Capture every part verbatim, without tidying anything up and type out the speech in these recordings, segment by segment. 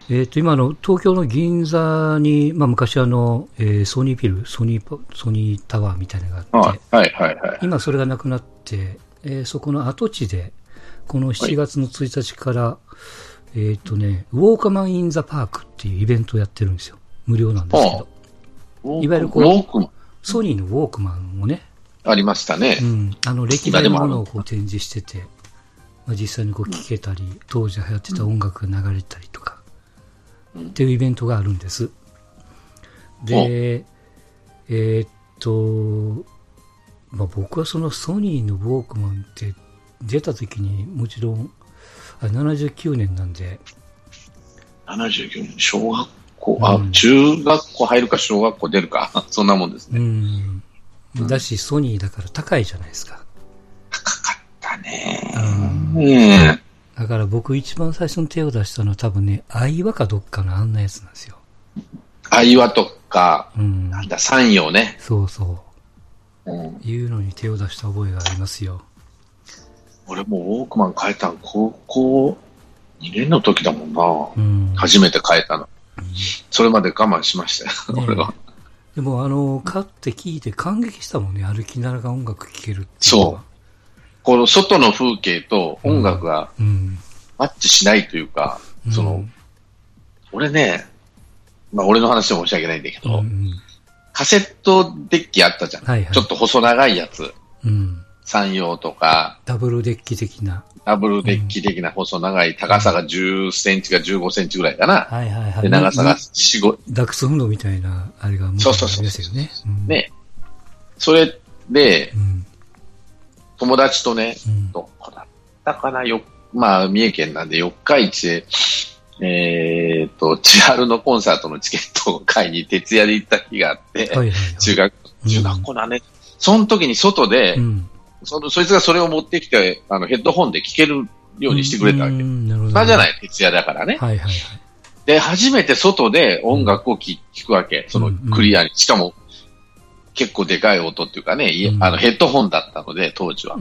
えっと、今の東京の銀座に、まあ昔あの、えー、ソニービル、ソニー、ソニータワーみたいなのがあって、 はいはいはい。 今それがなくなって、えー、そこの跡地で、このしちがつのついたちから、はい、えっとね、ウォーカマン・イン・ザ・パークっていうイベントをやってるんですよ。無料なんですけど。いわゆるこう、ウォークマンソニーのウォークマンをね、 ありましたね。 うん。あの、歴代のものをこう展示してて、まあ、実際にこう聴けたり、うん、当時流行ってた音楽が流れたりとか、うん、っていうイベントがあるんです。で、えー、っと、まあ、僕はそのソニーのウォークマンって出た時にもちろん、あななじゅうきゅうねんなんで。 ななじゅうきゅうねん、小学校、あ、うん、中学校入るか小学校出るか、そんなもんですね。 うんだし、ソニーだから高いじゃないですか。 高かったね。 うん。だから僕一番最初に手を出したのは多分ね、相葉かどっかのあんなやつなんですよ。 相葉とか、うん、なんだ、山陽ね。 そうそう。うん、いうのに手を出した覚えがありますよ。 俺もウォークマン変えたの高校にねんの時だもんな。うん、初めて変えたの、うん。それまで我慢しましたよ、ね、俺は。 でもあの、買って聞いて感激したもんね。歩きながら音楽聴けるっていう。 そう。この外の風景と音楽がマッチしないというか、うん、その、俺ね、まあ俺の話で申し訳ないんだけど、うん、カセットデッキあったじゃん。はいはい、ちょっと細長いやつ。うん、山陽とか。 ダブルデッキ的な。 ダブルデッキ的な細長い、高さがじゅっセンチかじゅうごセンチぐらいかな。はいはいはい。で、長さがよん、ご。 ダックスフンドみたいな、あれがもう、そうそうそう。ですよね。 うん、ね。それで、うん、友達とね、うん、どこだったかな、よ、まあ、三重県なんで四日市で、えー、っと、千春のコンサートのチケットを買いに徹夜で行った日があって、はいはいはい、中学、中学校だね。うん、その時に外で、うんその、そいつがそれを持ってきて、あの、ヘッドホンで聴けるようにしてくれたわけ。うん、なるほど。まあじゃない、徹夜だからね。はいはいはい。で、初めて外で音楽を聴くわけ。その、クリアに。しかも、結構でかい音っていうかね、うん、あの、ヘッドホンだったので、当時は。うん。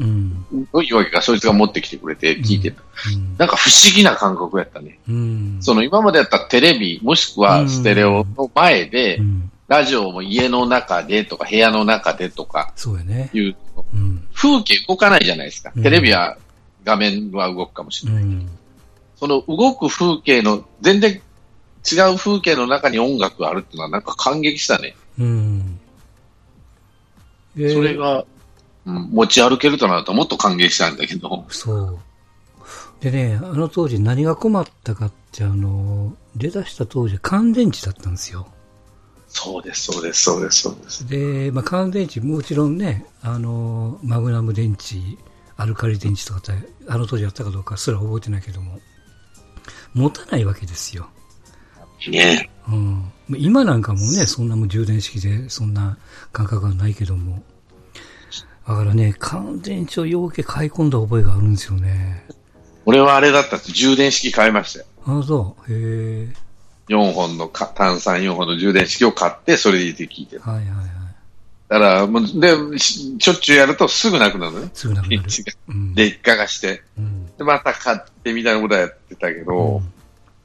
どういうわけか、そいつが持ってきてくれて聴いてた。うん、なんか不思議な感覚やったね。うん。その、今までやったテレビ、もしくはステレオの前で、うんラジオも家の中でとか部屋の中でとかそうやね。いう、うん、風景動かないじゃないですか。テレビは画面は動くかもしれないけど、うん、その動く風景の全然違う風景の中に音楽があるっていうのはなんか感激したね。うん、それが、うん、持ち歩けるとなるともっと感激したんだけど。 そう。でね、あの当時何が困ったかってあの出だした当時乾電池だったんですよ。 そうです、そうです、そうです、そうです。 で、まあ、乾電池、もちろんね、あの、マグナム電池、アルカリ電池とかって、あの当時やったかどうかすら覚えてないけども、持たないわけですよ。ね。うん。今なんかもね、そんなもん充電式で、そんな感覚はないけども。だからね、乾電池をようけ買い込んだ覚えがあるんですよね。 俺はあれだったんです。充電式買いましたよ。 あ、そう。へえ。 よんほんのか単三よんほんの充電式を買ってそれで聞いてる。はいはいはい。だからもうでしょっちゅうやるとすぐなくなるね。 すぐなくなる。 うん、劣化がして、うん、でまた買ってみたいなことはやってたけど、うん、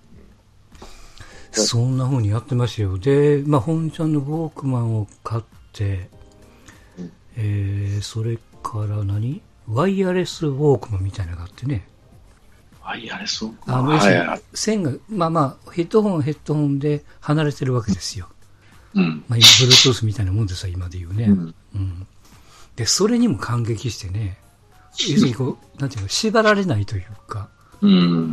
そんな風にやってましたよ。で、まあ本ちゃんのウォークマンを買って、うん、えー、それから何？ワイヤレスウォークマンみたいなのがあってね。 ワイヤレスあの、はいはい、線が、まあまあ、ヘッドホンヘッドホンで離れてるわけですよ。うん。まあ、Bluetooth みたいなもんですよ、今で言うね。うん。うん、で、それにも感激してね、要するにこう、なんていうの、縛られないというか。うん。うん。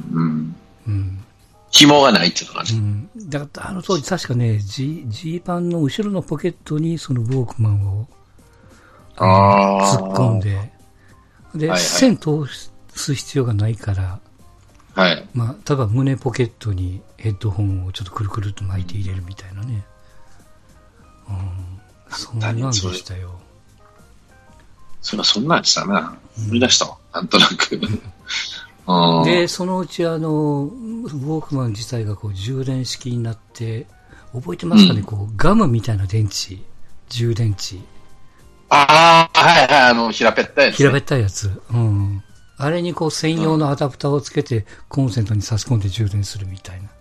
うん。紐がないっていうのがね。 うん。だから、あの当時確かね、G、G パンの後ろのポケットにそのウォークマンを、あ突っ込んで、で、はいはい、線通す必要がないから、はい。まあ、ただ胸ポケットにヘッドホンをちょっとくるくるっと巻いて入れるみたいなね。うん。そんなんでしたよ。 それはそんなんしたな。思い出したわ。なんとなく。 うん、で、そのうちあの、ウォークマン自体がこう充電式になって、覚えてますかね、うん、こうガムみたいな電池、充電池。 ああ、はいはい、あの、平べったいやつ、ね。 平べったいやつ。うん。あれにこう専用のアダプターをつけてコンセントに差し込んで充電するみたいな。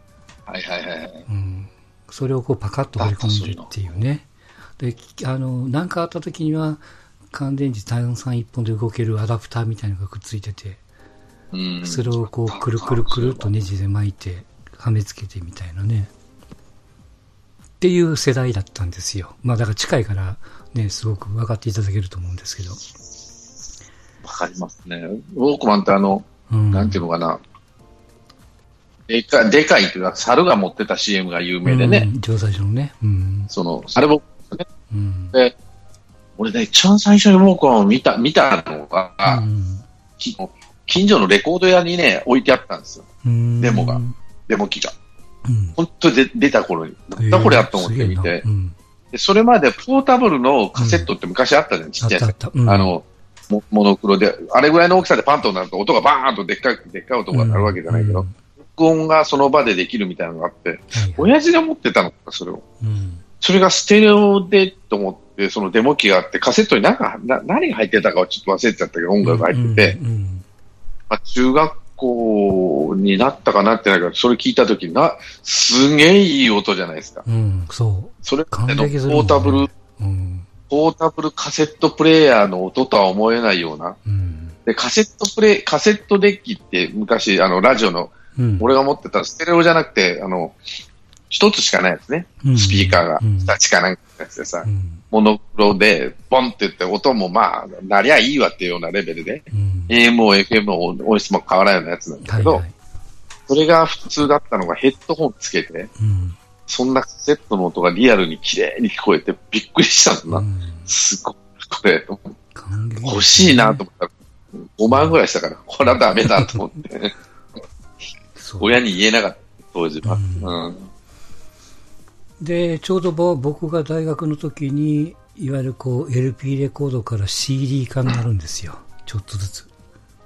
はいはいはい。 うん。それをこうパカッと掘り込んでっていうね。で、あの、なんかあった時には、乾電池単三一本で動けるアダプターみたいなのがくっついてて、うん、それをこう、くるくるくるっとネジで巻いて、はめつけてみたいなね。っていう世代だったんですよ。まあだから近いからね、すごく分かっていただけると思うんですけど。 わかりますね。ウォークマンってあの、うん、なんていうのかな。でか、でかいというか、猿が持ってた シーエム が有名でね。 うん、一番最初のね。うん、 その、猿ボックスね。うん、で、俺ね、一番最初にウォークマンを見た、見たのが、うん、近所のレコード屋にね、置いてあったんですよ。うん、デモが。デモ機が。うん、本当にで出た頃に。なんだこれやと思って見て、うん、で。それまでポータブルのカセットって昔あったじゃん、うん、ちっちゃいやつ。あ, うん、あの、モノクロで、あれぐらいの大きさでパンとなると音がバーンとでっかい、でっかい音が鳴るわけじゃないけど、うん録音がその場でできるみたいなのがあって、はいはい、親父が持ってたのか、それを、うん。それがステレオでと思って、そのデモ機があって、カセットになんかな何が入ってたかをちょっと忘れてちゃったけど、音楽が入ってて、うんうんうんまあ、中学校になったかなってないか、それ聞いたときな、すげえいい音じゃないですか。 うん、そう。 それまでのポータブル、ねうん、ポータブルカセットプレイヤーの音とは思えないような、うん、でカセットプレイ、カセットデッキって昔、あの、ラジオの、うん、俺が持ってたステレオじゃなくて、あの、一つしかないやつね。うん、スピーカーが。二つかなんかのやつでさ、うん、モノクロで、ボンって言って音もまあ、なりゃいいわっていうようなレベルで、うん、エーエム も エフエム も音質も変わらないようなやつなんだけど、はいはい、それが普通だったのがヘッドホンつけて、うん、そんなカセットの音がリアルに綺麗に聞こえてびっくりしたんだな。うん、すごい、これ、欲しいなと思ったら、ごまんぐらいしたから、これはダメだと思って。親に言えなかった、当時は。うんうん、 で、ちょうど僕が大学の時に、いわゆるこう エルピー レコードから シーディー 化になるんですよ。ちょっとずつ。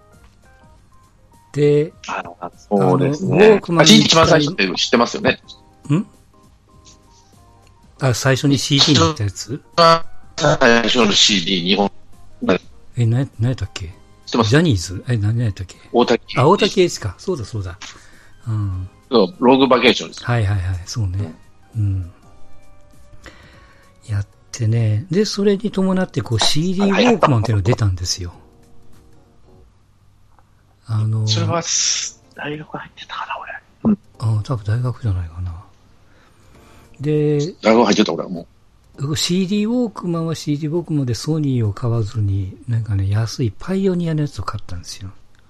で、 あそうですね。ウォークマン一番最初って知ってますよね。 んあ、最初に シーディー になったやつ最初の シーディー、日本。 え、な、何やったっけ知ってますジャニーズえ、何やったっけ大滝。 あ、大滝エイジか。そうだそうだ。うん。 そう、ロングバケーションです。 はいはいはい、そうね。うん。うん、やってね。で、それに伴って、こう、シーディー ウォークマンっていうのが出たんですよ。あのー、 それは、大学入ってたかな、俺。うん。 ああ、多分大学じゃないかな。で、 大学入ってた俺はもう。シーディー ウォークマンは シーディー ウォークマンでソニーを買わずに、なんかね、安いパイオニアのやつを買ったんですよ。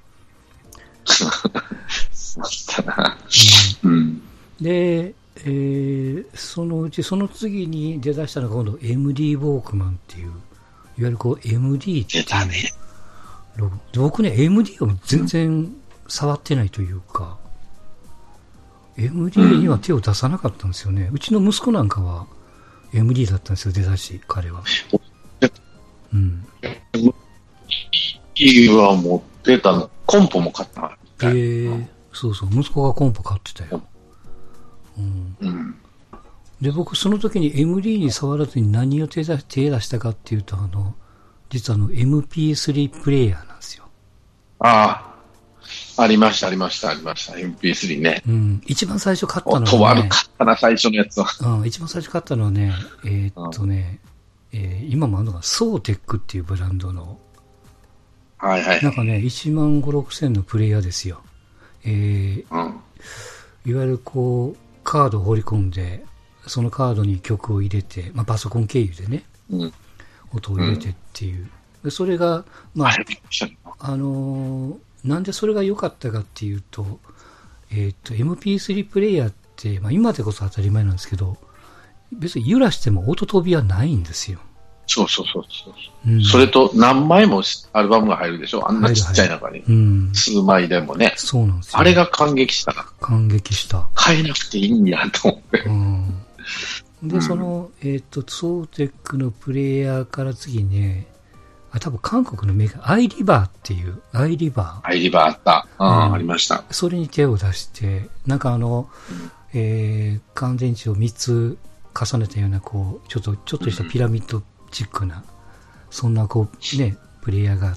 そうだな、うんうん。で、 えー、そのうち、その次に出だしたのが今度 エムディー ウォークマンっていう、いわゆるこう エムディー っていう。出たね。僕ね、エムディー は全然触ってないというか、うん、エムディー には手を出さなかったんですよね。うちの息子なんかは エムディー だったんですよ、出だし、彼は。うん。 エムディー は持ってたの、コンポも買った。 えー、そうそう、息子がコンポ買ってたよ。うんうん、で、僕、その時に エムディー に触らずに何を手出手出したかっていうと、あの、実はあの エムピースリー プレイヤーなんですよ。 ああ、ありました、ありました、ありました。エムピースリー ね。 うん。一番最初買ったのは、ね。 音悪かったな、最初のやつは。 うん、一番最初買ったのはね、えー、っとね、うん、えー、今もあるのが、ソーテックっていうブランドの、 はいはい。 なんかね、いちまんご、ろくせんのプレイヤーですよ。えー、うん、いわゆるこう、カードを放り込んで、そのカードに曲を入れて、まあ、パソコン経由でね、うん、音を入れてっていう。うん、それが、まあ、あのー、なんでそれが良かったかっていうと、えー、っと、エムピースリー プレイヤーって、まあ、今でこそ当たり前なんですけど、別に揺らしても音飛びはないんですよ。 そうそうそうそう、うん。それと何枚もアルバムが入るでしょ、あんなちっちゃい中に。うん、数枚でもね。 そうなんですよ。 あれが感激したな。 感激した。 変えなくていいんやと思って。うん、 で、うん、その、えっ、ー、と、ソーテックのプレイヤーから次ね、あ、多分韓国のメーカー、アイリバーっていう、アイリバー。 アイリバーあった。あ、うん、ありました。 それに手を出して、なんかあの、うん、えー、乾電池をみっつ重ねたような、こう、ちょっと、ちょっとしたピラミッドチックな、そんなこうね、プレイヤーがあって、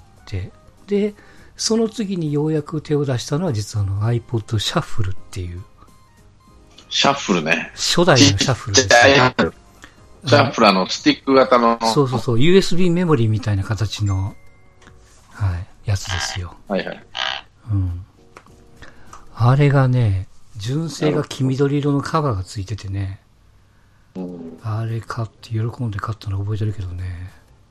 で、その次にようやく手を出したのは実はあの iPod シャッフルっていう。 シャッフルね。 初代のシャッフルです、ね。 シャッフルのスティック型の。 そうそうそう、ユーエスビー メモリーみたいな形の、はい、やつですよ。 はいはい。 うん。あれがね、純正が黄緑色のカバーがついててね、うん、あれ買って喜んで買ったの覚えてるけどね。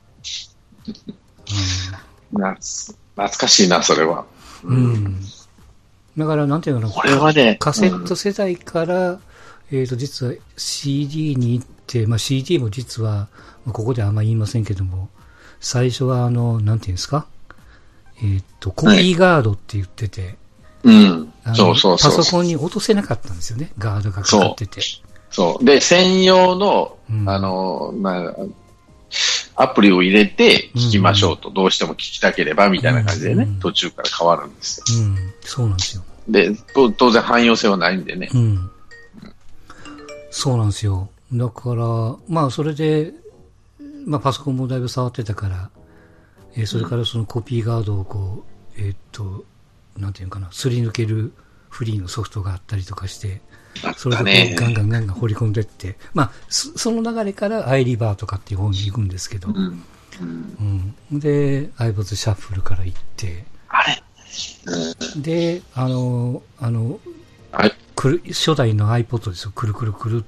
うん、な懐かしいな、それは。 うん。うん、だから、なんていうのこれはね、 カセット世代から、うん、えっと、実は シーディー に行って、まあ シーディー も実は、ここであんま言いませんけども、最初はあの、なんていうんですかえっと、コピーガードって言ってて、 うん。そうそうそう。 パソコンに落とせなかったんですよね、ガードがかかってて。 そう。そうで、専用の、うん、あの、まあ、アプリを入れて聞きましょうと、うん、どうしても聞きたければみたいな感じでね、うん、途中から変わるんですよ。 うん、そうなんですよ。 で、当然汎用性はないんでね。 うん。そうなんですよ。だから、まあ、それで、まあ、パソコンもだいぶ触ってたから、えー、それからそのコピーガードをこう、えー、っと、なんていうかな、すり抜けるフリーのソフトがあったりとかして、それでガンガンガンガン掘り込んでって、まあ、その流れからアイリバーとかっていう方に行くんですけど、うんうんうん、で、アイボズシャッフルから行って、 あれ、 うん、で、あの、あの、はい、くる初代の iPod ですよ、くるくるくるって。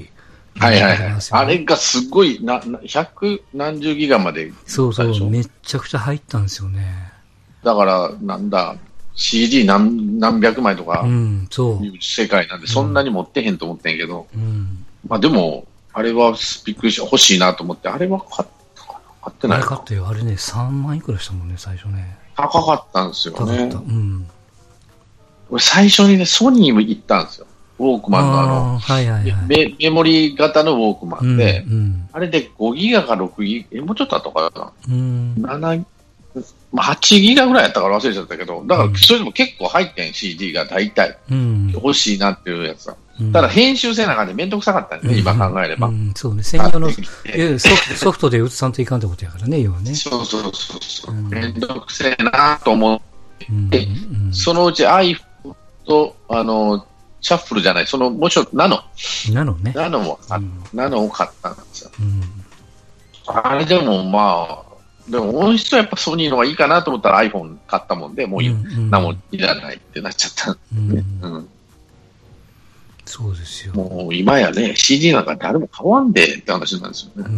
はいはいはい。あれがすごい、な、百何十ギガまで。 そうそう、めっちゃくちゃ入ったんですよね。 だから、なんだ、シーディー 何、何百枚とか、 うん、そう。 いう世界なんで、そんなに持ってへんと思ってんけど、うん、まあでも、あれはびっくりして欲しいなと思って、あれは買ったかな買ってないかあれ買ったよ。あれね、さんまんいくらしたもんね、最初ね。 高かったんですよね。 高かった。うん。 俺最初にね、ソニーも行ったんですよ。ウォークマンのあの、 はいはいはい、 メ, メモリ型のウォークマンで、 うんうん、 あれでごギガかろくギガ、え、もうちょっとあったかな、 うん、 なな、はちギガぐらいやったから忘れちゃったけど、だからそれでも結構入ってん、シーディー が大体、うん、欲しいなっていうやつは。うん、ただ編集せながらめんどくさかったんでね、うん、今考えれば。 うん、そうね、専用のソフト、ソフトで映さんといかんってことやからね、要はね。 そうそうそうそう、うん、めんどくせえなと思って、うんうん、そのうち iPhone と、あの、シャッフルじゃない、その、もうちょっとナノ。 ナノね。 ナノも、うん、ナノを買ったんですよ。うん、あれでもまあ、でも音質はやっぱソニーの方がいいかなと思ったら iPhone 買ったもんで、もういい、うんうん、何もいらないってなっちゃったんで、ね、うんうん。 そうですよ。 もう今やね、シーディー なんか誰も買わんでって話なんですよね。 うん、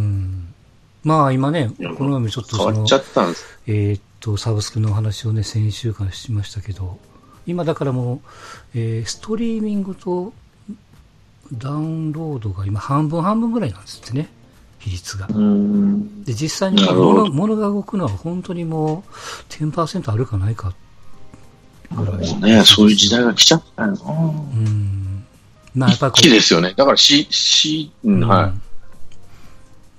まあ今ね、この前ちょっとその、 変わっちゃったんです。 えー、っと、サブスクの話をね、先週からしましたけど、今だからもう、えー、ストリーミングとダウンロードが今半分半分ぐらいなんですってね、比率が。で、実際に物、物が動くのは本当にもう じゅっパーセント あるかないかぐらい。ね、そういう時代が来ちゃったよな。うん。 まあやっぱり。 好きですよね。だから C、C、うん、はい。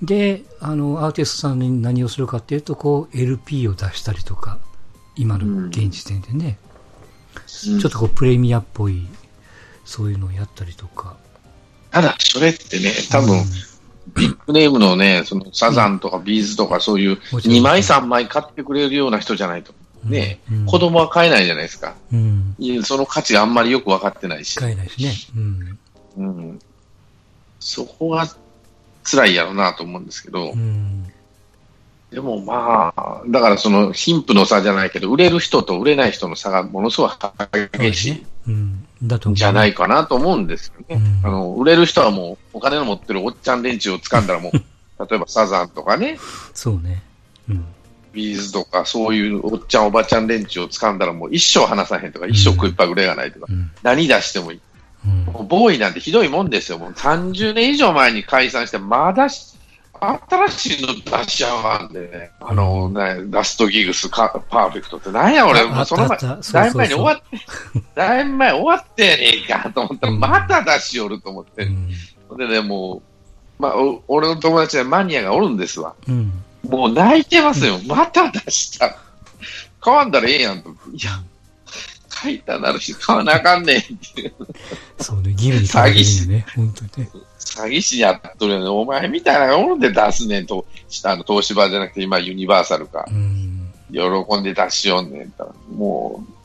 で、あの、アーティストさんに何をするかっていうと、こう、エルピー を出したりとか、今の現時点でね。ちょっとこうプレミアっぽいそういうのをやったりとか。 ただそれってね、多分、うん、ビッグネームのね、そのサザンとかビーズとかそういうにまいさんまい買ってくれるような人じゃないとね、うん、子供は買えないじゃないですか。うん、その価値があんまりよく分かってないし。 買えないしね。うんうん、そこが辛いやろうなと思うんですけど。うんでもまあ、だからその貧富の差じゃないけど、売れる人と売れない人の差がものすごい激しい、うん、だとじゃないかなと思うんですよね、うん。あの売れる人はもうお金の持ってるおっちゃん連中を掴んだらもう、例えばサザンとかね、 そうね、うん、 ビーズとかそういうおっちゃんおばちゃん連中を掴んだらもう一生離さへんとか、一生食いっぱぐれがないとか、うん、何出してもいい、うん、もうボーイなんてひどいもんですよ。もうさんじゅうねん以上前に解散してまだし新しいの出しやがんでね、あのね、ラストギグスかパーフェクトってなんや俺、もうその前、だいぶ前に終わって、だいぶ前終わってやねえかと思ったら、また出しよると思って。うん、でね、もう、まあ、俺の友達でマニアがおるんですわ。うん、もう泣いてますよ。うん、また出した。買わんだらええやんと。いや、書いたなるし、買わなあかんねんっていう。 そうね、義務に買わなきゃいいよね、本当にね。 詐欺師やっとるよね。お前みたいなのがおるんで出すねんと、あの東芝じゃなくて今ユニバーサルか。うん、喜んで出しよんねんと。も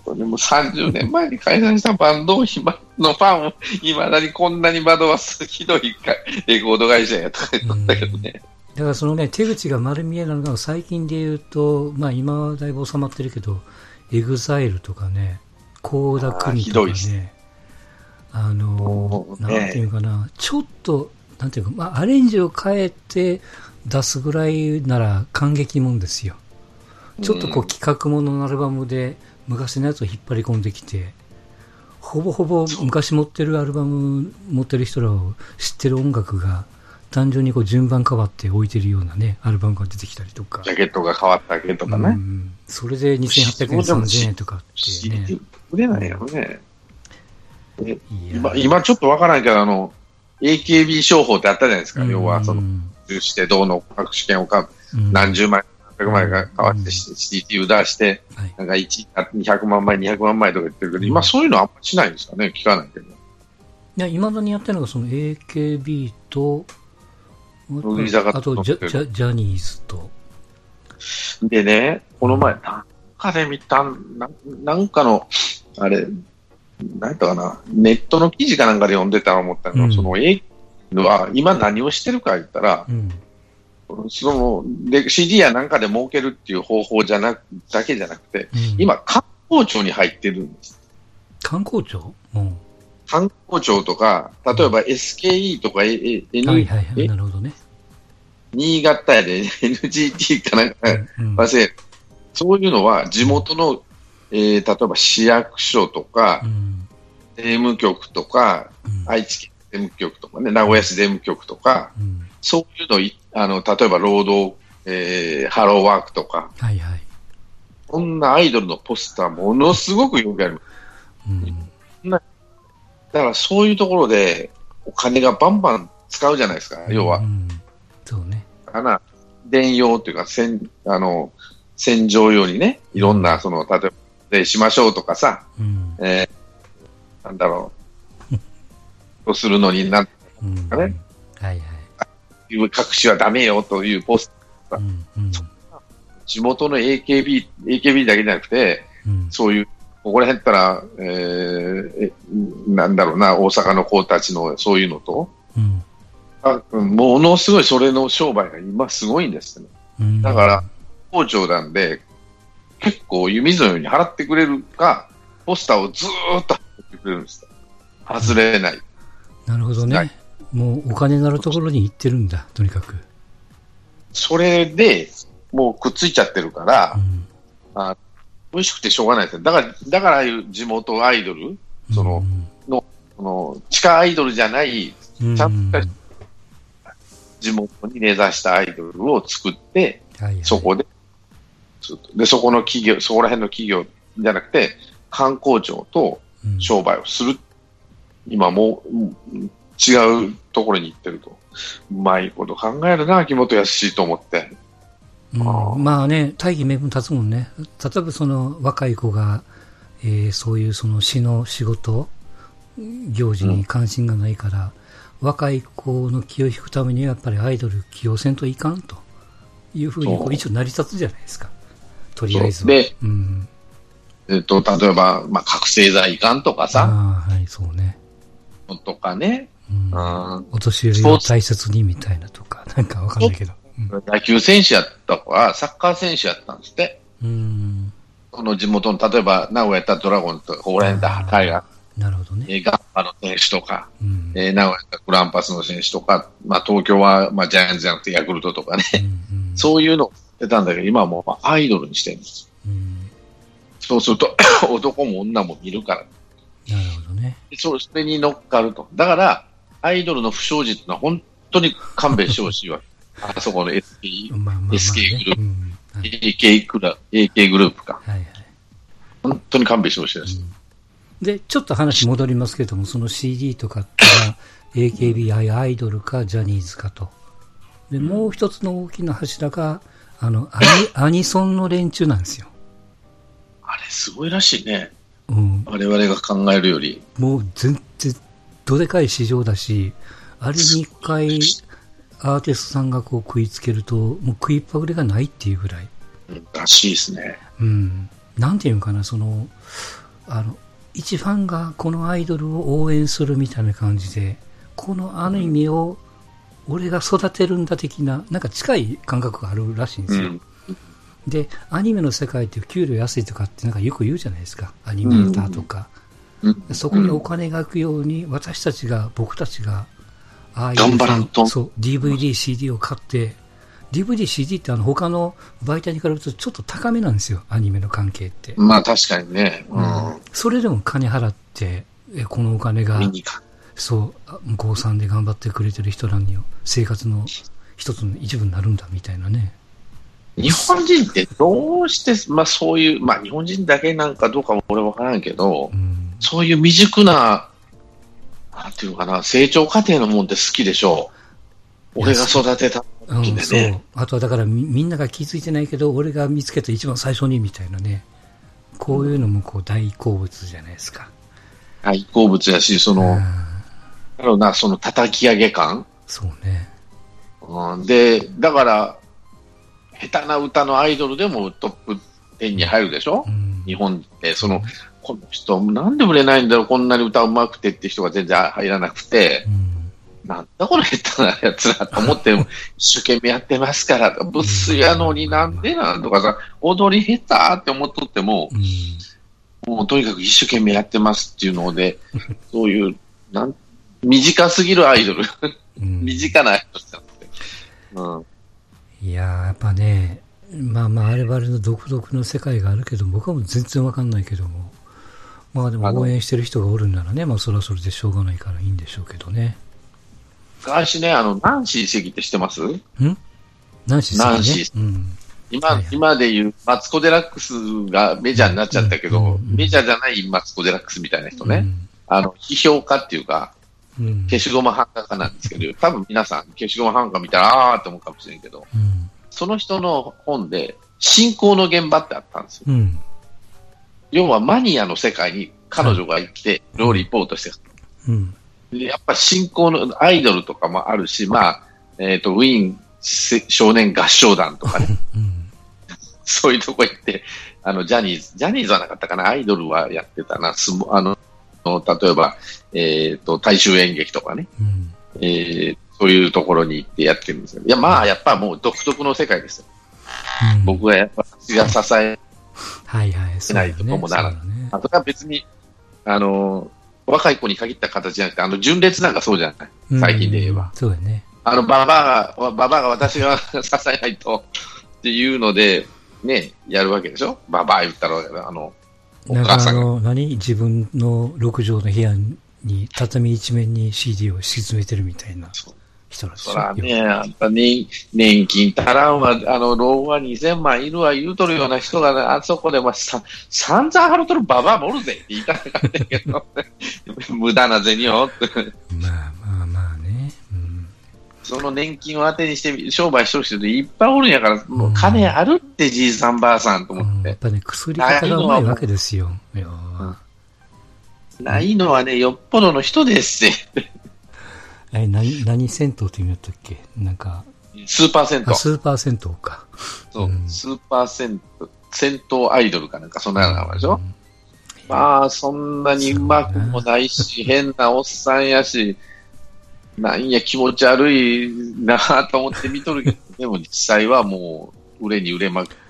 でもさんじゅうねんまえに解散したバンドのファンをいまだにこんなに惑わすひどいレコード会社やとか言ったけどね。 だからそのね、手口が丸見えなのが最近で言うと、まあ今はだいぶ収まってるけど、エグザイルとかね、倖田來未とかね、あの、ね、なんていうかな、ちょっと、なんていうか、まあアレンジを変えて出すぐらいなら感激もんですよ。ちょっとこう企画もののアルバムで昔のやつを引っ張り込んできて、ほぼほぼ昔持ってるアルバム持ってる人らを知ってる音楽が単純にこう順番変わって置いてるようなね、アルバムが出てきたりとか。 ジャケットが変わっただけとかね。うん、 それでにせんはっぴゃくえん、さんぜんえんとかってね。 売れないよね。今、今ちょっとわからないけど、あの、エーケービー 商法ってあったじゃないですか。要は、その、重視してどうの各試験を買う。何十万円、何百万円が変わって シーディー を出して、なんかいち、にひゃくまんまい、にひゃくまんまいとか言ってるけど、今そういうのあんましないんですかね。聞かないけど。いや、未だにやってるのがその エーケービー と、あとジャ、ジャ、ジャニーズと。 でね、この前、なんかで見た、ななんかの、あれ、なんやったかな、ネットの記事かなんかで読んでたと思ったの、うん、その A は今何をしてるか言ったら、うん、そので シーディー やなんかで儲けるっていう方法じゃなくだけじゃなくて、うん、今観光庁に入ってるんです。 観光庁？うん、 観光庁とか、例えば エスケーイー とか、うん、N、はいはいはい、なるほどね。新潟やで エヌジーティー かなんか、うんうん、忘れる。そういうのは地元の、えー、例えば市役所とか、うん、税務局とか、うん、愛知県税務局とかね、名古屋市税務局とか、うん、そういうのい、あの、例えば労働、えー、ハローワークとか、はいはい、こんなアイドルのポスターものすごくよくある。うん、だからそういうところでお金がバンバン使うじゃないですか、要は。うん、そうね。かな、電用というか、洗、あの、洗浄用にね、いろんな、その、例えば、でしましょうとかさ、うん、えー、なんだろう、とするのになんかね、うん、はいはい。隠しはダメよというポスター、うんうん、地元の エーケービー、エーケービー だけじゃなくて、うん、そういう、ここら辺ったら、えー、なんだろうな、大阪の子たちのそういうのと、うん、あ、ものすごいそれの商売が今すごいんですね。うん、だから、工場なんで、結構湯水のように払ってくれるか、ポスターをずーっと貼ってくれるんです。外れない。 なるほどね。もうお金のあるところに行ってるんだ、とにかく。 それで、もうくっついちゃってるから、うん、あ、美味しくてしょうがないですね。だから、だからああいう地元アイドル、その、うん、の、その、地下アイドルじゃない、ちゃんと地元に根ざしたアイドルを作って、はいはい、そこで、で、そこの企業、そこら辺の企業じゃなくて、観光庁と商売をする。うん、今もう違うところに行ってると。うまいこと考えるな、木本康と思って。 うん、あまあね、大義名分立つもんね。例えばその若い子が、えー、そういうその市の仕事、行事に関心がないから、うん、若い子の気を引くためにはやっぱりアイドル起用せんといかんというふうにこう一応成り立つじゃないですか。とりあえずは。で、うん、 えっと、例えば、まあ、覚醒剤いかんとかさ。 あはい、そうね。 とかね。 うん、お年寄りを大切にみたいなとか、なんかわかんないけど。 うん、野球選手やった子は、サッカー選手やったんですって。うん。この地元の、例えば、名古屋やったらドラゴンとか、ここら辺だ、タイガー。 なるほどね。 えー、ガッパの選手とか、うん、えー、名古屋やったらグランパスの選手とか、まあ、東京は、まあ、ジャイアンツじゃなくてヤクルトとかね。うんうん、そういうのをやってたんだけど、今はもうアイドルにしてるんです。うん、そうすると、男も女も見るから。 なるほどね。 それに乗っかると。だから、アイドルの不祥事ってのは本当に勘弁してほしいわけ。あそこの エスケー、まあまあまあね、エスケー グループ、うんはい、エーケー クラ、エーケー グループか。はいはい。本当に勘弁してほしいです、うん。 で、ちょっと話戻りますけども、その シーディー とかってのは エーケービー アイドルかジャニーズかと。で、もう一つの大きな柱が、あの、アニ、アニソンの連中なんですよ。 あれすごいらしいね。うん、我々が考えるより。 もう全然、どでかい市場だし、あれに一回アーティストさんがこう食いつけると、もう食いっぱぐれがないっていうぐらい。 らしいですね。 うん。 なんていうのかな、その、あの、一ファンがこのアイドルを応援するみたいな感じで、このアニメを俺が育てるんだ的な、なんか近い感覚があるらしいんですよ。うん、で、アニメの世界って給料安いとかってなんかよく言うじゃないですか。アニメーターとか。うん、そこにお金が行くように、私たちが、僕たちが、ああいう、 頑張らんと。 そう、ディーブイディー、シーディー を買って、ディーブイディー、シーディー ってあの他の媒体に比べるとちょっと高めなんですよ、アニメの関係って。 まあ確かにね。 うん。それでも金払って、えこのお金が、そう、向こうさんで頑張ってくれてる人らに生活の一つの一部になるんだみたいなね。 日本人ってどうして、まあそういう、まあ日本人だけなんかどうかも俺わからんけど、うん、そういう未熟な、なんていうのかな、成長過程のもんって好きでしょう。俺が育てた時でね、うん。そう。 あとはだからみ、みんなが気づいてないけど、俺が見つけた一番最初にみたいなね。こういうのもこう大好物じゃないですか。 大好物やし、その、だろうな、その叩き上げ感。 そうね。 うん、で、だから、下手な歌のアイドルでもトップじゅうに入るでしょ、うん、日本って、その、この人、なんで売れないんだろう、こんなに歌うまくてって人が全然入らなくて、うん、なんだこの下手なやつらと思って、一生懸命やってますから、ブスやのになんでなんとかさ、踊り下手って思っとっても、うん、もうとにかく一生懸命やってますっていうので、そういう、なん短すぎるアイドル、うん、身近なアイドルだって。うんいやー、やっぱね、まあまあ、あればあれの独特の世界があるけど、僕はもう全然わかんないけども、まあでも応援してる人がおるんならね、まあそれはそれでしょうがないからいいんでしょうけどね。 昔ね、あの、ナンシー関って知ってます？んナンシー関、ね、 ナンシー、うん、今、はいはい、今でいうマツコ・デラックスがメジャーになっちゃったけど、うんうんうん、メジャーじゃないマツコ・デラックスみたいな人ね、うん、あの、批評家っていうか、うん、消しゴム版画家なんですけど、多分皆さん消しゴム版画見たらあーって思うかもしれんけど、うん、その人の本で信仰の現場ってあったんですよ。うん、要はマニアの世界に彼女が行ってローリポートしてる、うんうん、でやっぱ信仰のアイドルとかもあるし、まあ、えっと、ウィーン少年合唱団とかね、うん、そういうとこ行って、あの、ジャニーズ、ジャニーズはなかったかな、アイドルはやってたな、すあの、例えば、えっと、大衆演劇とかね、うんえー、そういうところに行ってやってるんですよ。いや、まあ、やっぱもう独特の世界ですよ。うん、僕がやっぱ、私が支えないとこもならない。あとは別に、あの、若い子に限った形じゃなくて、あの、純烈なんかそうじゃない。最近で言えば。 うん、そうだね。 あの、ババアが、ババアが私が支えないと、っていうので、ね、やるわけでしょ？ババア言ったら、あの、お母さんが。あの、 何自分のろく畳の部屋に、畳一面に シーディー を敷き詰めてるみたいな人らしい。 そらね、あんたね、年金足らんわ、あの、老後はにせんまんいるわ言うとるような人が、ね、あそこで、まあ、さ、散々払うとるババアもおるぜって言いたかったけど、無駄な銭をって。 まあまあまあね。うん、 その年金を当てにして商売しとる人いっぱいおるんやから、もう金あるってじいさんばあさんと思って。うん、 やっぱね、薬方がうまいわけですよ。いやないのはね、よっぽどの人ですって。 え、何、何銭湯って意味だったっけ？なんか。 スーパー銭湯。 スーパー銭湯か。 そう、うん、スーパー銭湯、銭湯アイドルかなんか、そんなのでしょ、うん、まあ、そんなにうまくもないし、変なおっさんやし、なんや気持ち悪いなぁと思って見とるけど、でも実際はもう、売れに売れまくって、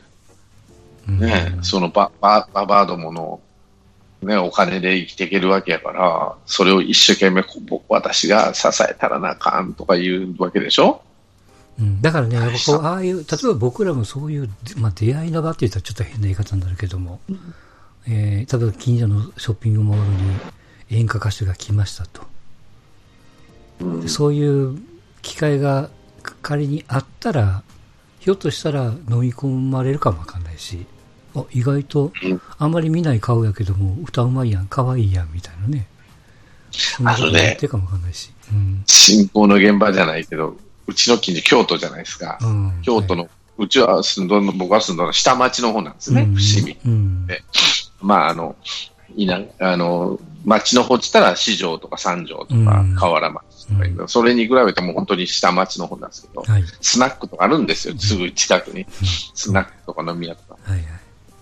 ね、うん、そのバ、バ、ババアどもの、ね、お金で生きていけるわけやから、それを一生懸命僕、私が支えたらなあかんとか言うわけでしょ、 うん、だからね、やっぱこうああいう、例えば僕らもそういう、まあ、出会いの場って言ったらちょっと変な言い方になるけども、うん、えー、例えば近所のショッピングモールに演歌歌手が来ましたと。うん、そういう機会が仮にあったら、ひょっとしたら飲み込まれるかもわかんないし、あ、意外とあんまり見ない顔やけども歌うまいやん、可愛いやんみたいなね。 あのね、 かもわかんないし、うん、 信仰の現場じゃないけど、うちの近所京都じゃないですか。うん、京都の、はい、うちは住んどんの、僕は住んどんの下町の方なんですね、うん、伏見、うん、で。まああの、いなあの町の方って言ったら四条とか三条とか河原町とか、うん、それに比べても本当に下町の方なんですけど、はい、スナックとかあるんですよ、すぐ近くに、うん、スナックとか飲み屋とか、はいはい、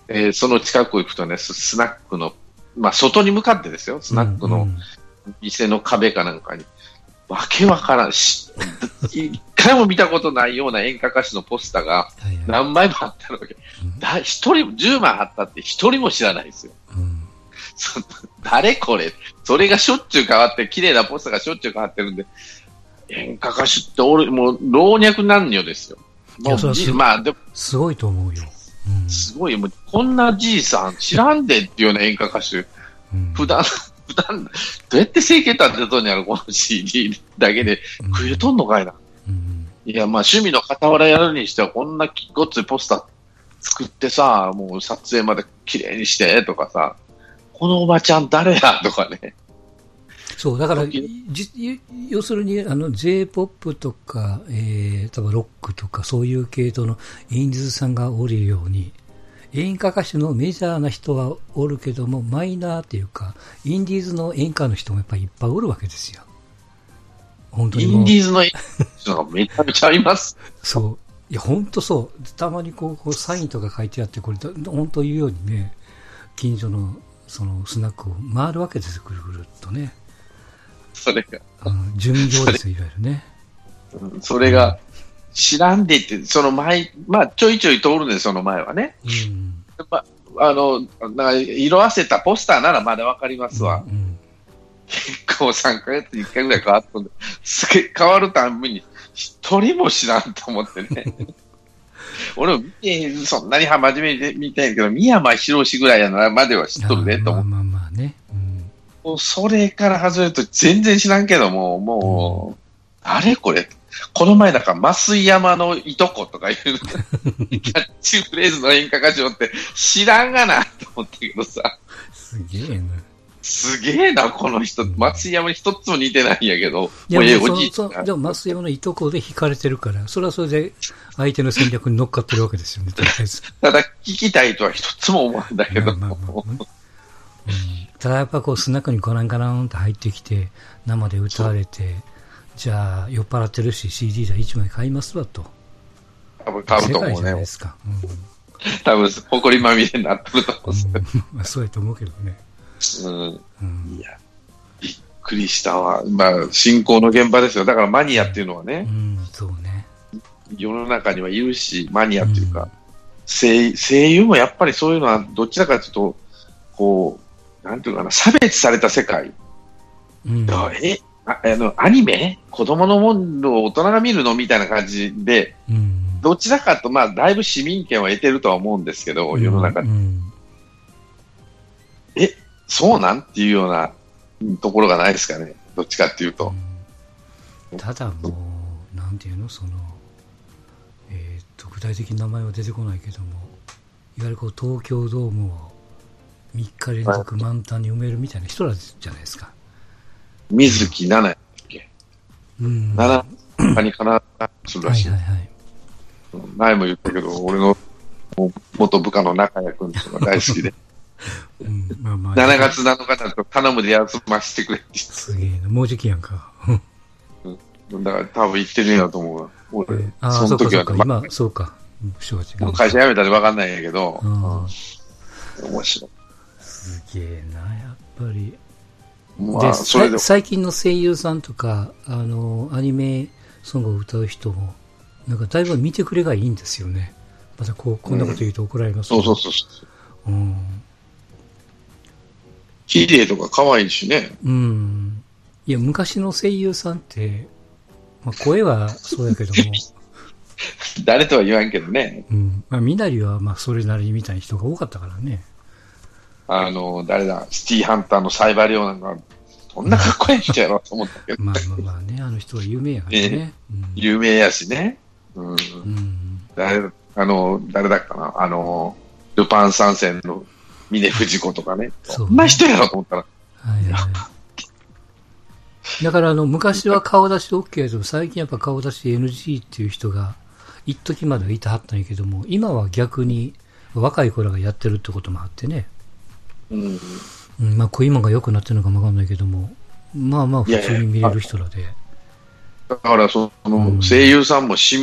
えー、その近く行くとね、ス、スナックの、まあ、外に向かってですよ、スナックの店の壁かなんかに、わけわからんし、一回も見たことないような演歌歌手のポスターが何枚もあったわけ。だ一人、じゅうまいあったって一人も知らないですよ。うん、そ誰これそれがしょっちゅう変わって、綺麗なポスターがしょっちゅう変わってるんで、演歌歌手って俺、もう老若男女ですよ。もうじまあ、でもすごいと思うよ。 うん、すごい、もうこんなじいさん知らんでっていうような演歌歌手。うん、普段、普段、どうやって生計立てとんやろ、この シーディー だけで食えとんのかいな。うん、いや、まあ趣味の傍らやるにしては、こんなごっついポスター作ってさ、もう撮影まで綺麗にしてとかさ、このおばちゃん誰やとかね。 そう、だから、じ要するに、あの、J-ポップ とか、えー、多分ロックとか、そういう系統のインディーズさんがおるように、演歌歌手のメジャーな人はおるけども、マイナーっていうか、インディーズの演歌の人もやっぱりいっぱいおるわけですよ。本当に。 インディーズの演歌の人がめちゃめちゃいます。 そう。いや、本当そう。たまにこう、こうサインとか書いてあって、これ、本当言うようにね、近所の、その、スナックを回るわけですよ、ぐるぐるっとね。 それが。 うん、巡業ですよ、いわゆるね。 うん、それが、知らんでって、その前、まあ、ちょいちょい通るんです、その前はね。うん、まあ、あの、なんか色あせたポスターならまだわかりますわ。うんうん、結構さんかげつにいっかいぐらい変わったんで、すげ変わるたんびに、一人も知らんと思ってね。俺も見て、そんなに真面目に見てんけど、三山ひろしぐらいやなまでは知っとるね、と思って。 まあまあまあね。 もうそれから外れると全然知らんけども、もう、うん、あれこれ、この前なんか、増山のいとことかいう、キャッチフレーズの演歌歌手って知らんがなと思ったけどさ。 すげえな。 すげえな、この人。増山に一つも似てないんやけど。 いや、もうええおじいちゃん。でも増山のいとこで惹かれてるから、それはそれで相手の戦略に乗っかってるわけですよね、とりあえず。 ただ、聞きたいとは一つも思うんだけど。まあまあまあね、 うん、ただやっぱこう、スナックにゴランゴランって入ってきて、生で歌われて、じゃあ、酔っ払ってるし、シーディー じゃいちまい買いますわと。 多分買うと思うね。 世界じゃないですか。うん、 多分、埃まみれになってると思うんですよ。 まあ、そうやと思うけどね。 うん。うん、いや、びっくりしたわ。まあ、信仰の現場ですよ。だからマニアっていうのはね。 うん、そうね。 世の中にはいるし、マニアっていうか、うん、声、声優もやっぱりそういうのは、どちらかというと、こう、なんていうかな、差別された世界。うん、えああのアニメ子供のものを大人が見るのみたいな感じで、うん、どちらかと、まあ、だいぶ市民権を得てるとは思うんですけど、世の中で。うんうん、え、そうなんっていうようなところがないですかね。どっちかっていうと。 うん、ただもう、なんていうの、その、えー、っと、具体的な名前は出てこないけども、いわゆるこう東京ドームをみっか連続満タンに埋めるみたいな人らじゃないですか。 水木奈々やったっけ、うん、奈々かに必ずするらしい。はいはいはい、前も言ったけど、俺の元部下の中谷君とか大好きで。うんまあまあ、しちがつなのかだと頼むで休ませてくれって。 すげえな、もうじきやんか。 うん、だから多分言ってるんやと思うわ。俺、えー、あその時はね、今、そうか。 会社辞めたら分かんないんやけど、うん、面白い。 すげえな、やっぱり。まあ、それで最近の声優さんとか、あの、アニメソングを歌う人も、なんかだいぶ見てくれがいいんですよね。またこう、こんなこと言うと怒られますけど、うん、そうそうそう。うん。 綺麗とか可愛いしね。 うん。いや、昔の声優さんって、まあ、声はそうやけども。 誰とは言わんけどね。 うん。まあ、みなりは、まあ、それなりに見たい人が多かったからね。 あの、誰だ、シティハンターのサイバリオなんか、そんなかっこいい人やろと思ったけど。 まあまあまあね、あの人は有名やからね。ねうん、有名やしね。うん。うん、誰、あの、誰だっかな、あの、ルパン三世の峰不二子とかね。そんな人やろと思ったら。はいはい。 だからあの、昔は顔出し OK やけど、最近やっぱ顔出し エヌジー っていう人が、一時まではいてはったんやけども、今は逆に若い子らがやってるってこともあってね。うんうん、まあ、こう今が良くなってるのかもわかんないけども、まあまあ普通に見れる人らで。 いやいやだからその、声優さんも市民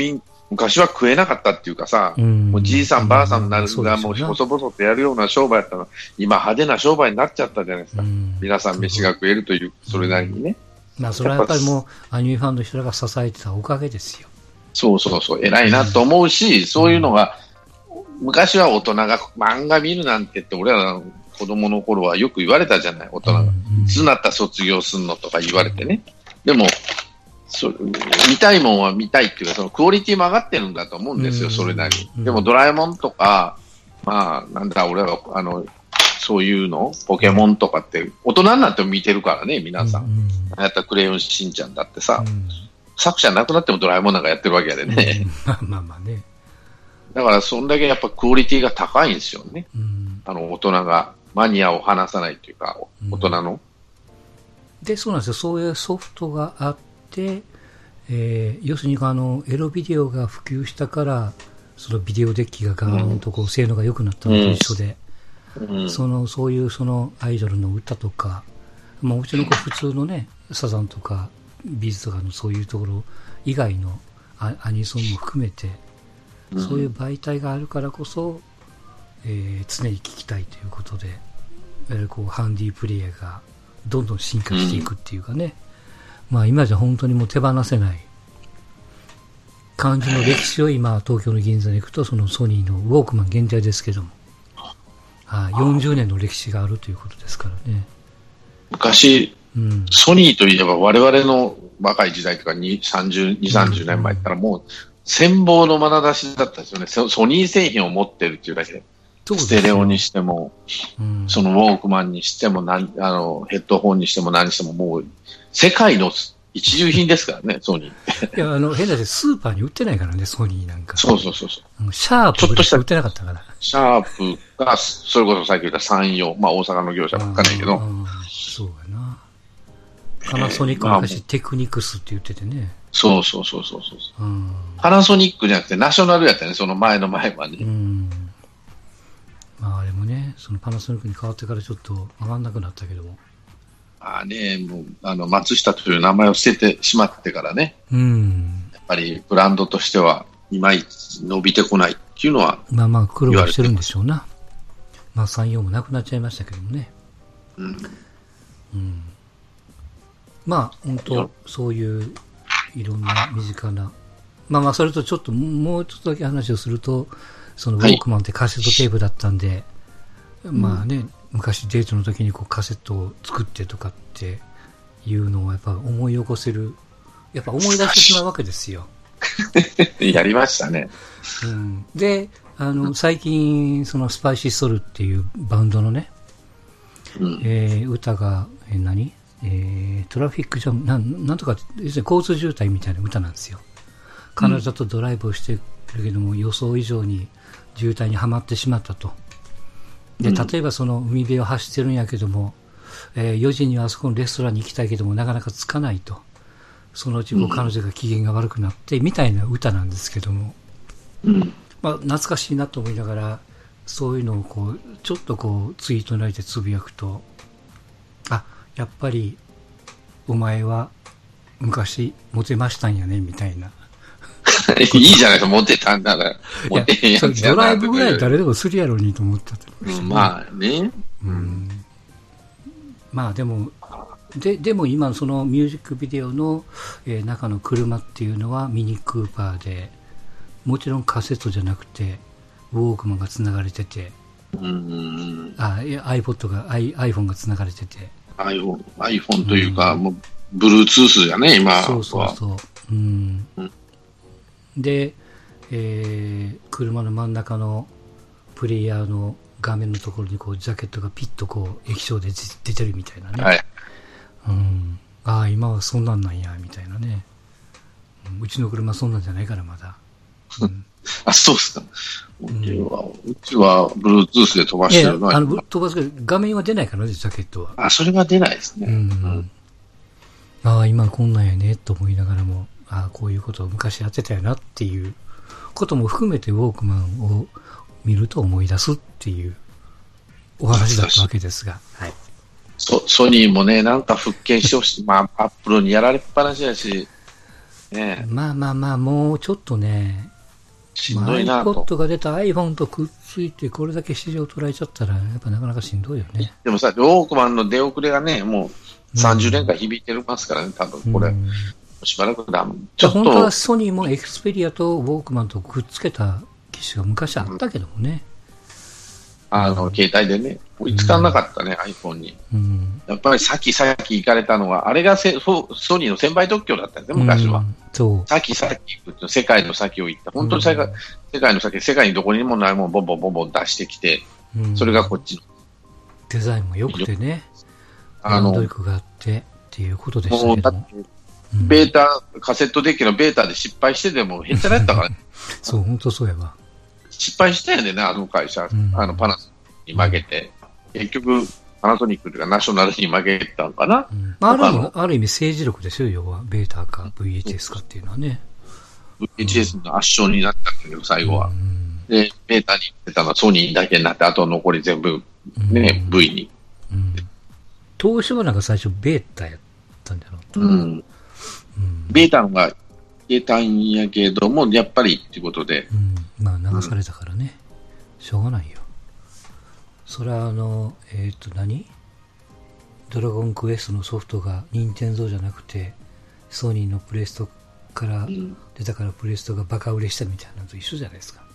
昔は食えなかったっていうかさ、うん、もうじいさんばあさんなるがもう細々とやるような商売やったの、今派手な商売になっちゃったじゃないですか。うん、皆さん飯が食えるという、それなりにね。 うん、まあそれはやっぱりもうアニメファンの人らが支えてたおかげですよ。 そうそうそう、偉いなと思うし、うん、そういうのが、昔は大人が漫画見るなんてって俺らの子供の頃はよく言われたじゃない、大人が。うんうん、いつになったら卒業すんのとか言われてね。でも、そ見たいもんは見たいっていうか、そのクオリティも上がってるんだと思うんですよ、それなりに。でもドラえもんとか、まあ、なんだ、俺らが、あの、そういうの、ポケモンとかって、大人になっても見てるからね、皆さん。うん、やったらクレヨンしんちゃんだってさ、うん、作者なくなってもドラえもんなんかやってるわけやでね。 うん、まあまあまあね。 だから、そんだけやっぱクオリティが高いんですよね。うん、あの、大人が、マニアを離さないというか、大人の。 うん、で、そうなんですよ。そういうソフトがあって、えー、要するにあのエロビデオが普及したからそのビデオデッキがガーンとこう性能が良くなったのと一緒で、うん、そのそういうそのアイドルの歌とか、まあ、もちろんこう普通のねサザンとかビーズとかのそういうところ以外の ア, アニソンも含めて、うん、そういう媒体があるからこそ、えー、常に聴きたいということで、いわゆるこうハンディプレイヤーがどんどん進化していくっていうかね、うん、まあ今じゃ本当にもう手放せない感じの歴史を今東京の銀座に行くとそのソニーのウォークマン現在ですけども、はあ、よんじゅうねんの歴史があるということですからね。 昔、うん、ソニーといえば我々の若い時代とかにさんじゅう、にじゅう、さんじゅうねんまえったらもう羨望の眼差しだったんですよね。ソニー製品を持ってるっていうだけで。ステレオにしても、うん、そのウォークマンにしても何、あの、ヘッドホンにしても何にしてももう世界の一流品ですからね、ソニー。 いや、あの、変な話、スーパーに売ってないからね、ソニーなんか。 そうそうそうそう。 シャープぐらいしか売ってなかったから。 シャープが、それこそさっき言った山陽、まあ大阪の業者ばっかりだけど。 そうやな。パナソニック昔、えー、テクニクスって言っててね。 そうそうそうそうそう、うん。パナソニックじゃなくてナショナルやったね、その前の前まで。うん。 まああれもね、そのパナソニックに変わってからちょっと上がんなくなったけども。 ああね、もう、あの、松下という名前を捨ててしまってからね。うん。やっぱりブランドとしては、いまいち伸びてこないっていうのは。 まあまあ、苦労してるんでしょうな。まあ、山陽もなくなっちゃいましたけどもね。うん。うん。まあ、本当そういう、いろんな身近な。まあまあ、それとちょっと、もうちょっとだけ話をすると、そのウォークマンってカセットテープだったんで、はい、まあね、うん、昔デートの時にこうカセットを作ってとかっていうのをやっぱ思い起こせる、やっぱ思い出してしまうわけですよ。 やりましたね。 うん、で、あの、最近、そのスパイシーソルっていうバンドのね、うん、えー、歌が、えー、何えー、トラフィックジャム、なん、なんとか、要するに交通渋滞みたいな歌なんですよ。彼女とドライブをしてるけども、うん、予想以上に渋滞にはまってしまったと。で、例えばその海辺を走ってるんやけども、えー、よじにはあそこのレストランに行きたいけどもなかなか着かないと。そのうちこう彼女が機嫌が悪くなって、みたいな歌なんですけども、うん、まあ懐かしいなと思いながら、そういうのをこう、ちょっとこうツイートになってつぶやくと、あ、やっぱりお前は昔モテましたんやね、みたいな。 いいじゃないですか、モテたんだら。モテへんやつやな。 ドライブぐらい誰でもするやろうにと思ったと、 うん。まあね。 うん、まあでも、で、でも今そのミュージックビデオの、えー、中の車っていうのはミニクーパーで、もちろんカセットじゃなくて、ウォークマンが繋がれてて、うん、あ、いや iPod が、iPhone が繋がれてて。 iPhone、iPhone というか、うん、もう、Bluetooth じゃね、今は。 そうそうそう。うん。うんで、えー、車の真ん中のプレイヤーの画面のところにこうジャケットがピッとこう液晶で出てるみたいなね。はい。うん。ああ、今はそんなんなんや、みたいなね。うちの車そんなんじゃないからまだ。 うん、あ、そうっすか。うちは、うん、うちは Bluetooth で飛ばしてるのは。 あの、飛ばすけど、画面は出ないからね、ジャケットは。 あ、それは出ないですね。うん。うん、 ああ、今こんなんやね、と思いながらも。ああ、こういうことを昔やってたよなっていうことも含めてウォークマンを見ると思い出すっていうお話だったわけですが。はい。 ソ、ソニーもね、なんか復権してほしい。まあ、アップルにやられっぱなしだし、ね。 まあまあまあ、もうちょっとね、 しんどいなと。 iPod が出た iPhone とくっついて、これだけ市場取られちゃったら、やっぱなかなかしんどいよね。 でもさ、ウォークマンの出遅れがね、もうさんじゅうねんかん響いてますからね、多分これ。うん、しばらくだ。 ちょっと。本当はソニーもエクスペリアとウォークマンとくっつけた機種が昔あったけどもね。 うん、あの、携帯でね、追いつかなかったね、うん、iPhone に。うん、やっぱりさっきさっき行かれたのは、あれがせソソニーの専売特許だったんですね、昔は。うん、そうさっきさっき行くと世界の先を行った。本当に世界、うん、世界の先、世界にどこにもないものをボンボンボンボン出してきて、うん、それがこっちの。 デザインも良くてね、あの、努力があってっていうことでしたけども。 ベータ、カセットデッキのベータで失敗してでもへっちゃらやったからね。 そう、本当そうやわ。 失敗したよね、あの会社。うん、あのパナソニックに負けて。うん、結局、パナソニックというかナショナルに負けたんかな。うん、 まあ、ある意味、ある意味政治力ですよ、要は。ベータか ブイエイチエス かっていうのはね。 ブイエイチエス の圧勝になったんだけど、最後は。うん、で、ベータに行ってたのはソニーだけになって、あと残り全部、ね、うん、V に。うん、 東芝なんか最初ベータやったんだろうと。 うんうん、ベータのが消えたんやけども、やっぱりっていうことで。 うん、まあ流されたからね。うん、しょうがないよ。それはあの、えっと何ドラゴンクエストのソフトが任天堂じゃなくて、ソニーのプレストから出たからプレストがバカ売れしたみたいなのと一緒じゃないですか。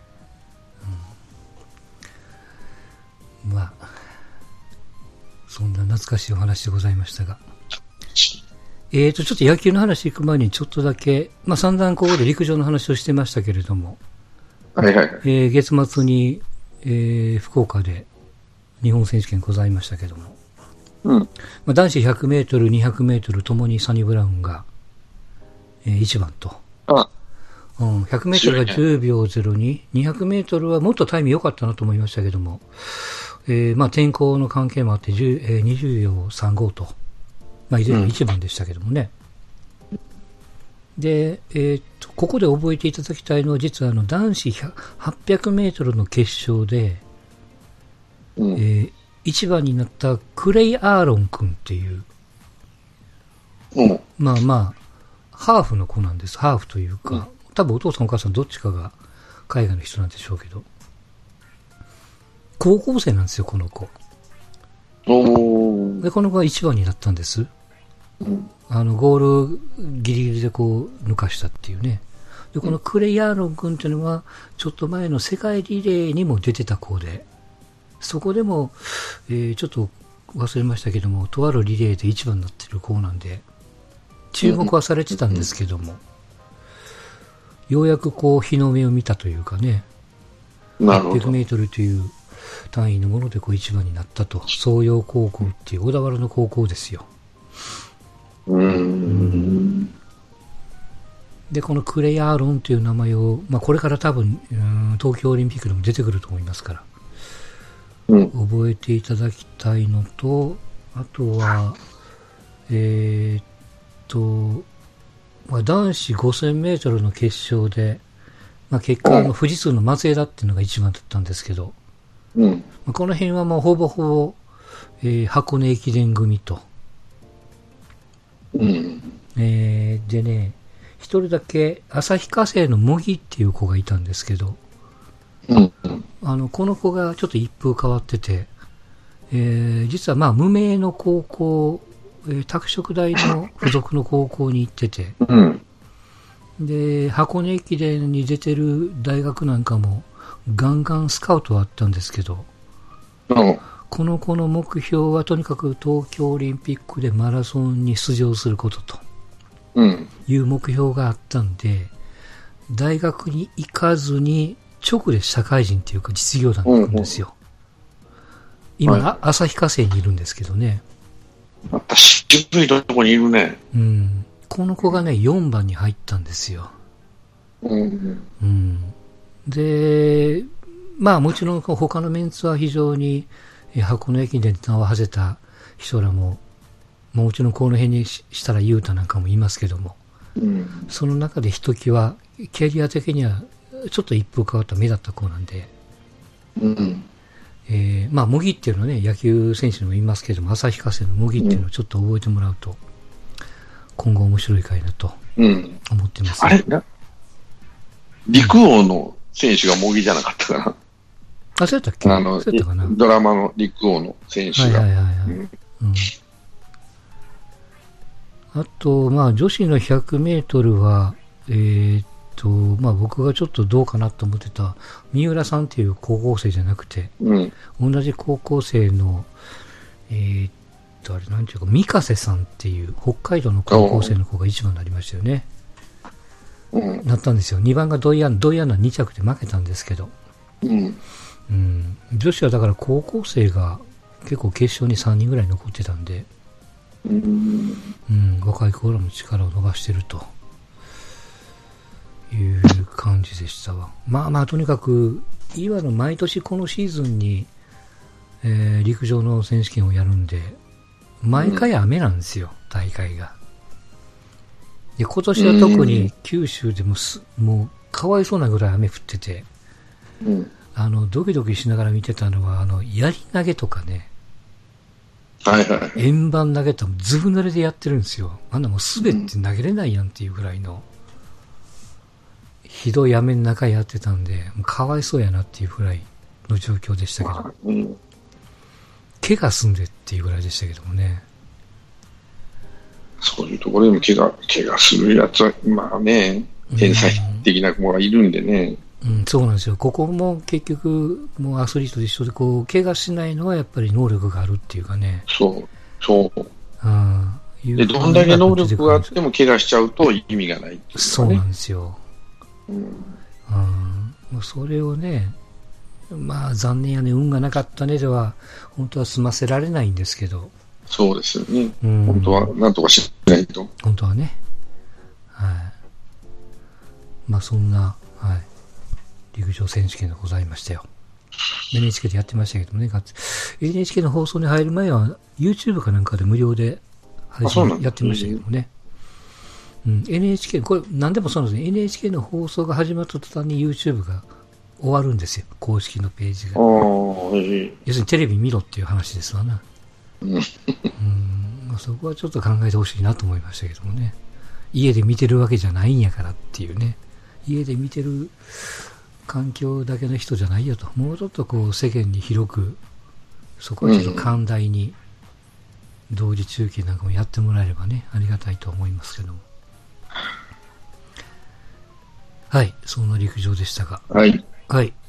うん、まあ、そんな懐かしいお話でございましたが。えーと、ちょっと野球の話行く前にちょっとだけ、まあ散々ここで陸上の話をしてましたけれども、 はいはいはい。 えー、月末に、えー、福岡で日本選手権ございましたけども、うん。まあ男子ひゃくメートル、にひゃくメートルともにサニブラウンが、えー、いちばんと。あうん、ひゃくメートルがじゅうびょうゼロに、にひゃくメートルはもっとタイム良かったなと思いましたけども、えー、まあ天候の関係もあってじゅう、えー、にじゅうびょうさんじゅうごと。まあ、いずれもいちばんでしたけどもね。うん、で、えー、っと、ここで覚えていただきたいのは、実はあの、男子はっぴゃくメートルの決勝で、うん、えー、いちばんになったクレイ・アーロン君っていう、うん、まあまあ、ハーフの子なんです。ハーフというか、うん、多分お父さんお母さんどっちかが海外の人なんでしょうけど、高校生なんですよ、この子。 おで、この子がいちばんになったんです。あの、ゴールギリギリでこう、抜かしたっていうね。で、このクレイ・アーロン君っていうのは、ちょっと前の世界リレーにも出てた子で、そこでも、えー、ちょっと忘れましたけども、とあるリレーでいちばんになってる子なんで、注目はされてたんですけども、ようやくこう、日の目を見たというかね、はっぴゃくメートルという単位のものでこういちばんになったと。総陽高校っていう小田原の高校ですよ。 うーんで、このクレイ・アーロンという名前を、まあ、これから多分、東京オリンピックでも出てくると思いますから、うん、覚えていただきたいのと、あとは、えー、っと、まあ、男子ごせんメートルの決勝で、まあ、結果、あの富士通の松枝っていうのが一番だったんですけど、うんまあ、この辺はもうほぼほぼ、えー、箱根駅伝組と、うんえー、でね、一人だけ旭化成の茂木っていう子がいたんですけど、うん、あのこの子がちょっと一風変わってて、えー、実はまあ無名の高校、えー、拓殖大の付属の高校に行ってて、うん、で箱根駅伝に出てる大学なんかもガンガンスカウトはあったんですけど、うんこの子の目標はとにかく東京オリンピックでマラソンに出場することという目標があったんで、大学に行かずに直で社会人というか実業団に行くんですよ。今、はい、旭化成にいるんですけどね。 また渋いとこにいるね。 うん。この子がね、よんばんに入ったんですよ。うん。うん、で、まあもちろん他のメンツは非常に箱根駅伝で名を馳せた人らも、もちろんこの辺にしたら雄太なんかもいますけども、うん、その中でひときわキャリア的にはちょっと一風変わった目だった子なんで、うんえー、まあ茂木っていうのはね野球選手にもいますけども、旭化成の茂木っていうのをちょっと覚えてもらうと、今後面白い回だと思ってます、ねうん、あれな陸王の選手が茂木じゃなかったかな。 あ、そうやったっけ？ あの、 そうやったかな。 ドラマの陸王の選手が。 はいはいはい、はい、うんうん。あと、まあ、女子のひゃくメートルは、えー、っと、まあ、僕がちょっとどうかなと思ってた、三浦さんっていう高校生じゃなくて、 うん、 同じ高校生の、えー、っと、あれ、なんていうか、三ヶ瀬さんっていう、北海道の高校生の子が一番になりましたよね。うん、なったんですよ。にばんがドイアン、ドイアンナに着で負けたんですけど。 うん。 うん。女子はだから高校生が結構決勝にさんにんぐらい残ってたんで、 うん、 うん、若い子らも力を伸ばしてるという感じでしたわ。まあまあとにかく今の毎年このシーズンに、えー、陸上の選手権をやるんで毎回雨なんですよ、うん、大会が。で今年は特に九州でもすもうかわいそうなぐらい雨降ってて、うん、あのドキドキしながら見てたのはあの槍投げとかね。 はいはい。 円盤投げたらずぶ濡れでやってるんですよ。あんなもう滑って投げれないやんっていうぐらいの、うん、ひどい雨の中やってたんで、もうかわいそうやなっていうぐらいの状況でしたけど、うん、怪我すんでっていうぐらいでしたけどもね。 そういうところでも怪我、怪我するやつは、まあね、天才的な子がいるんでね。 うん、そうなんですよ。ここも結局、もうアスリートと一緒で、こう、怪我しないのはやっぱり能力があるっていうかね。 そう、そう。 あで、どんだけ能力があっても怪我しちゃうと意味がないっていうかね。 そうなんですよ。 うん。 うん、それをね、まあ残念やね、運がなかったねでは、本当は済ませられないんですけど。 そうですよね。うん、本当はなんとかしないと。 本当はね。はい。まあそんな、はい。陸上選手権がございましたよ。エヌエイチケー でやってましたけどもね、エヌエイチケー の放送に入る前は YouTube かなんかで無料で配信やってましたけどもね。うん、エヌエイチケー、これ何でもそうなんですね。エヌエイチケー の放送が始まった途端に YouTube が終わるんですよ。公式のページが。要するにテレビ見ろっていう話ですわな。うん、そこはちょっと考えてほしいなと思いましたけどもね。家で見てるわけじゃないんやからっていうね。家で見てる環境だけの人じゃないよと。もうちょっとこう世間に広く、そこはちょっと寛大に同時中継なんかもやってもらえればね、ありがたいと思いますけども。はい、そんな陸上でしたが。 はい。 はい、